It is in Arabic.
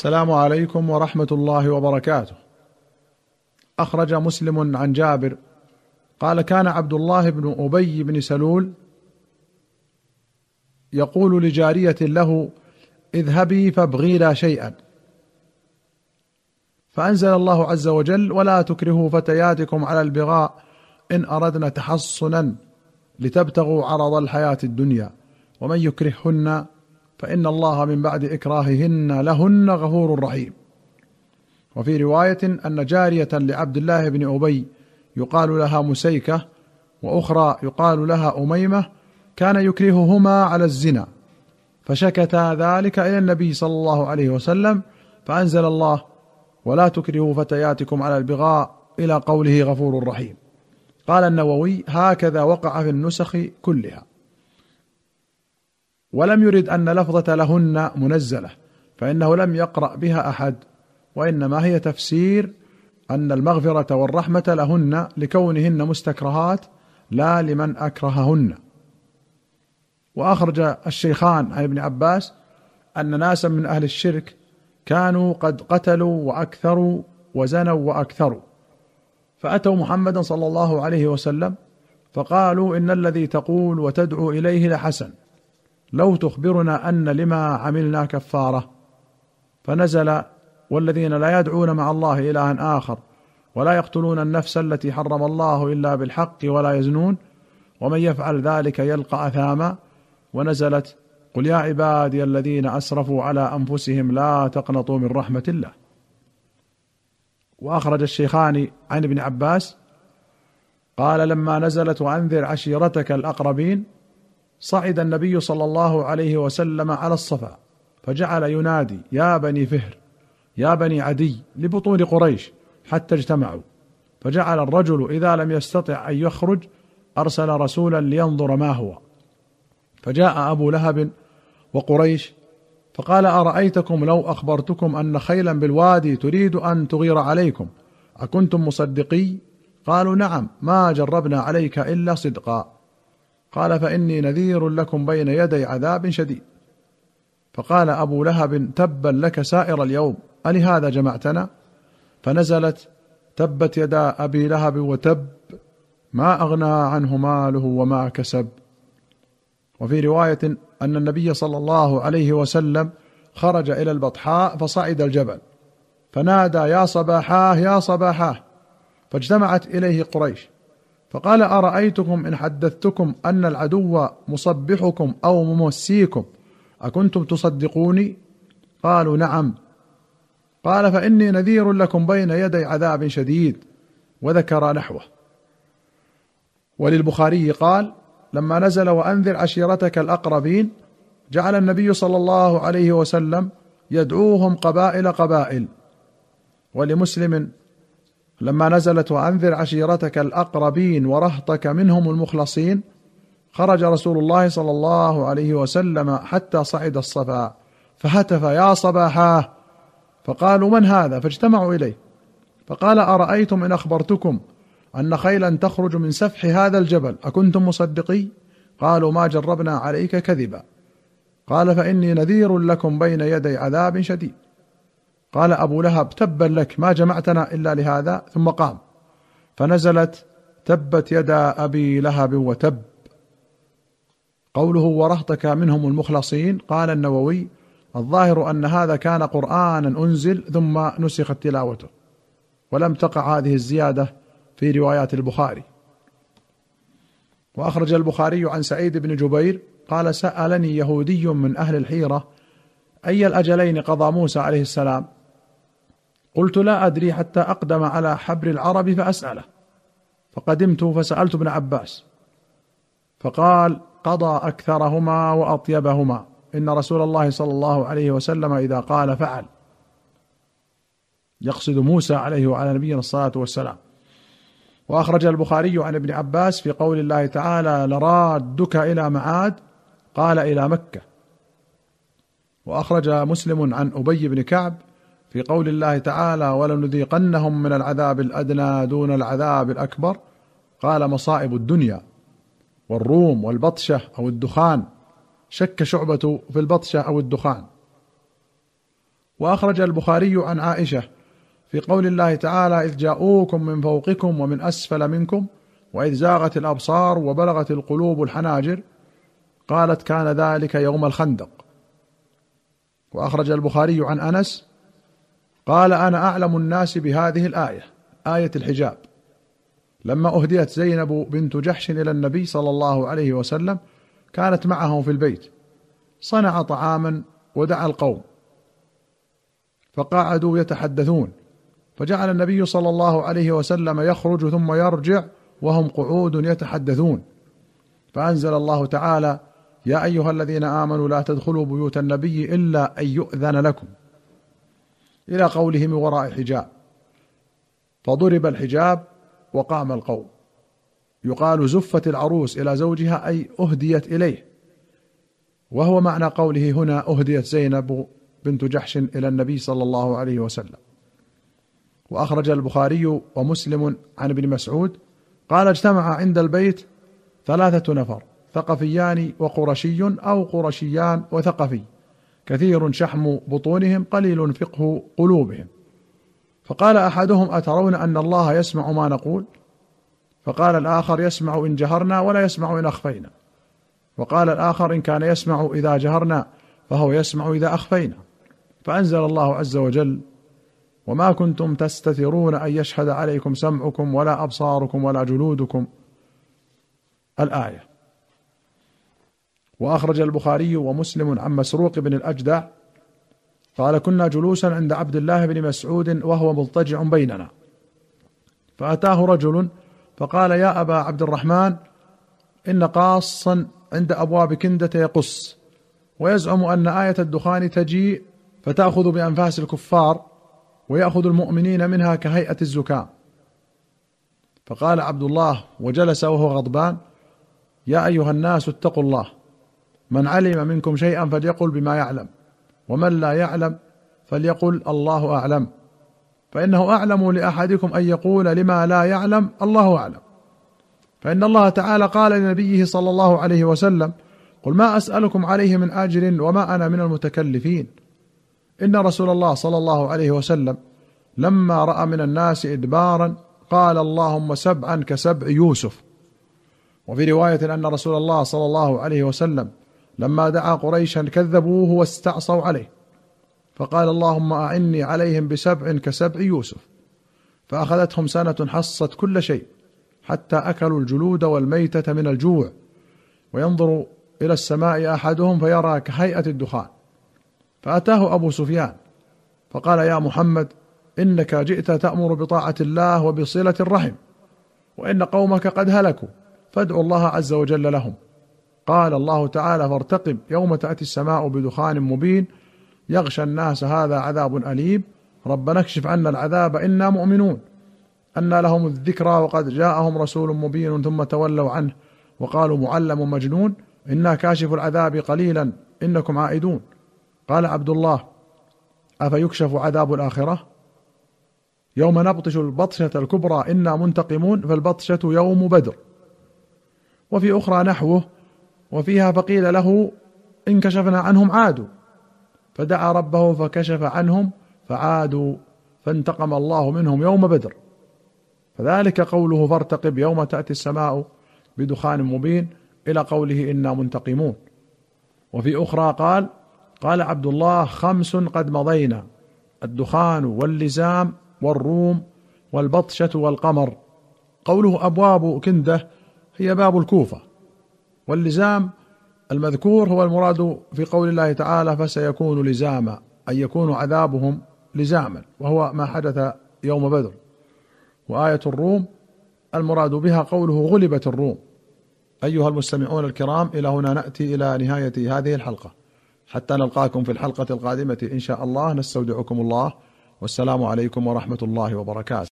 السلام عليكم ورحمة الله وبركاته. أخرج مسلم عن جابر قال: كان عبد الله بن أبي بن سلول يقول لجارية له: اذهبي فابغي لا شيئا، فأنزل الله عز وجل: ولا تكرهوا فتياتكم على البغاء إن أردنا تحصنا لتبتغوا عرض الحياة الدنيا ومن يكرههن فإن الله من بعد إكراههن لهن غفور رحيم. وفي رواية أن جارية لعبد الله بن أبي يقال لها مسيكة وأخرى يقال لها أميمة كان يكرههما على الزنا، فشكتا ذلك إلى النبي صلى الله عليه وسلم فأنزل الله: ولا تكرهوا فتياتكم على البغاء إلى قوله غفور رحيم. قال النووي: هكذا وقع في النسخ كلها، ولم يرد أن لفظة لهن منزلة، فإنه لم يقرأ بها أحد، وإنما هي تفسير أن المغفرة والرحمة لهن لكونهن مستكرهات لا لمن أكرههن. وأخرج الشيخان عن ابن عباس أن ناسا من أهل الشرك كانوا قد قتلوا وأكثروا وزنوا وأكثروا، فأتوا محمدا صلى الله عليه وسلم فقالوا: إن الذي تقول وتدعو إليه لحسن، لو تخبرنا أن لما عملنا كفارة. فنزل: والذين لا يدعون مع الله إلها آخر ولا يقتلون النفس التي حرم الله إلا بالحق ولا يزنون ومن يفعل ذلك يلقى أثاما. ونزلت: قل يا عبادي الذين أسرفوا على أنفسهم لا تقنطوا من رحمة الله. وأخرج الشيخان عن ابن عباس قال: لما نزلت وأنذر عشيرتك الأقربين صعد النبي صلى الله عليه وسلم على الصفا فجعل ينادي: يا بني فهر، يا بني عدي، لبطون قريش حتى اجتمعوا، فجعل الرجل إذا لم يستطع أن يخرج أرسل رسولا لينظر ما هو، فجاء أبو لهب وقريش فقال: أرأيتكم لو أخبرتكم أن خيلا بالوادي تريد أن تغير عليكم أكنتم مصدقي؟ قالوا: نعم، ما جربنا عليك إلا صدقا. قال: فإني نذير لكم بين يدي عذاب شديد. فقال أبو لهب: تبا لك سائر اليوم، ألهذا جمعتنا؟ فنزلت: تبت يدا أبي لهب وتب، ما أغنى عنه ماله وما كسب. وفي رواية أن النبي صلى الله عليه وسلم خرج إلى البطحاء فصعد الجبل فنادى: يا صباحاه يا صباحاه، فاجتمعت إليه قريش فقال: أرأيتكم إن حدثتكم أن العدو مصبحكم أو ممسيكم أكنتم تصدقوني؟ قالوا: نعم. قال: فإني نذير لكم بين يدي عذاب شديد، وذكر نحوه. وللبخاري قال: لما نزل وأنذر عشيرتك الأقربين جعل النبي صلى الله عليه وسلم يدعوهم قبائل قبائل. ولمسلم: لما نزلت وأنذر عشيرتك الأقربين ورهطك منهم المخلصين خرج رسول الله صلى الله عليه وسلم حتى صعد الصفا فهتف: يا صباحاه، فقالوا: من هذا؟ فاجتمعوا إليه فقال: أرأيتم إن أخبرتكم أن خيلا تخرج من سفح هذا الجبل أكنتم مصدقي؟ قالوا: ما جربنا عليك كذبا. قال: فإني نذير لكم بين يدي عذاب شديد. قال أبو لهب: تبا لك، ما جمعتنا إلا لهذا. ثم قام فنزلت: تبت يدا أبي لهب وتب. قوله: ورهطك منهم المخلصين، قال النووي: الظاهر أن هذا كان قرآنا أنزل ثم نسخت تلاوته، ولم تقع هذه الزيادة في روايات البخاري. وأخرج البخاري عن سعيد بن جبير قال: سألني يهودي من أهل الحيرة: أي الأجلين قضى موسى عليه السلام؟ قلت: لا أدري حتى أقدم على حبر العرب فأسأله، فقدمت فسألت ابن عباس فقال: قضى أكثرهما وأطيبهما، إن رسول الله صلى الله عليه وسلم إذا قال فعل، يقصد موسى عليه وعلى نبينا الصلاة والسلام. وأخرج البخاري عن ابن عباس في قول الله تعالى: لرادك إلى معاد، قال: إلى مكة. وأخرج مسلم عن أبي بن كعب في قول الله تعالى: ولنذيقنهم من العذاب الأدنى دون العذاب الأكبر، قال: مصائب الدنيا والروم والبطشة أو الدخان، شك شعبة في البطشة أو الدخان. وأخرج البخاري عن عائشة في قول الله تعالى: إذ جاءوكم من فوقكم ومن أسفل منكم وإذ زاغت الأبصار وبلغت القلوب الحناجر، قالت: كان ذلك يوم الخندق. وأخرج البخاري عن أنس قال: أنا أعلم الناس بهذه الآية، آية الحجاب، لما أهديت زينب بنت جحش إلى النبي صلى الله عليه وسلم، كانت معه في البيت، صنع طعاما ودعا القوم فقعدوا يتحدثون، فجعل النبي صلى الله عليه وسلم يخرج ثم يرجع وهم قعود يتحدثون، فأنزل الله تعالى: يا أيها الذين آمنوا لا تدخلوا بيوت النبي إلا أن يؤذن لكم، إلى قوله: من وراء حجاب، فضرب الحجاب وقام القوم. يقال: زفت العروس إلى زوجها، أي أهديت إليه، وهو معنى قوله هنا: أهديت زينب بنت جحش إلى النبي صلى الله عليه وسلم. وأخرج البخاري ومسلم عن ابن مسعود قال: اجتمع عند البيت 3 نفر، ثقفيان وقرشي أو قرشيان وثقفي، كثير شحم بطونهم قليل فقه قلوبهم. فقال أحدهم: أترون أن الله يسمع ما نقول؟ فقال الآخر: يسمع إن جهرنا ولا يسمع إن أخفينا. وقال الآخر: إن كان يسمع إذا جهرنا فهو يسمع إذا أخفينا. فأنزل الله عز وجل: وما كنتم تستترون أن يشهد عليكم سمعكم ولا أبصاركم ولا جلودكم، الآية. وأخرج البخاري ومسلم عن مسروق بن الأجدع قال: كنا جلوسا عند عبد الله بن مسعود وهو مضطجع بيننا، فأتاه رجل فقال: يا أبا عبد الرحمن، إن قاصا عند أبواب كندة يقص، ويزعم أن آية الدخان تجيء فتأخذ بأنفاس الكفار ويأخذ المؤمنين منها كهيئة الزكام. فقال عبد الله وجلس وهو غضبان: يا أيها الناس اتقوا الله، من علم منكم شيئا فليقل بما يعلم، ومن لا يعلم فليقل الله أعلم، فإنه أعلم لأحدكم أن يقول لما لا يعلم الله أعلم، فإن الله تعالى قال لنبيه صلى الله عليه وسلم: قل ما أسألكم عليه من أجر وما أنا من المتكلفين. إن رسول الله صلى الله عليه وسلم لما رأى من الناس إدبارا قال: اللهم 7 كسبع يوسف. وفي رواية أن رسول الله صلى الله عليه وسلم لما دعا قريشا كذبوه واستعصوا عليه، فقال: اللهم أعني عليهم ب7 كسبع يوسف. فأخذتهم سنة حصت كل شيء، حتى أكلوا الجلود والميتة من الجوع، وينظر إلى السماء أحدهم فيرى كهيئة الدخان. فأتاه أبو سفيان فقال: يا محمد، إنك جئت تأمر بطاعة الله وبصلة الرحم، وإن قومك قد هلكوا، فادعوا الله عز وجل لهم. قال الله تعالى: فارتقب يوم تأتي السماء بدخان مبين يغشى الناس هذا عذاب أليم، ربنا اكشف عنا العذاب إنا مؤمنون. أنى لهم الذكرى وقد جاءهم رسول مبين ثم تولوا عنه وقالوا معلم مجنون، إنا كاشف العذاب قليلا إنكم عائدون. قال عبد الله: أفيكشف عذاب الآخرة؟ يوم نبطش البطشة الكبرى إنا منتقمون، فالبطشة يوم بدر. وفي أخرى نحوه وفيها: فقيل له إن كشفنا عنهم عادوا، فدعا ربه فكشف عنهم فعادوا، فانتقم الله منهم يوم بدر. فذلك قوله: فارتقب يوم تأتي السماء بدخان مبين، إلى قوله إنا منتقمون. وفي أخرى قال عبد الله: 5 قد مضينا: الدخان واللزام والروم والبطشة والقمر. قوله أبواب كندة هي باب الكوفة، واللزام المذكور هو المراد في قول الله تعالى: فسيكون لزاما، أن يكون عذابهم لزاما، وهو ما حدث يوم بدر. وآية الروم المراد بها قوله: غلبت الروم. أيها المستمعون الكرام، إلى هنا نأتي إلى نهاية هذه الحلقة، حتى نلقاكم في الحلقة القادمة إن شاء الله. نستودعكم الله، والسلام عليكم ورحمة الله وبركاته.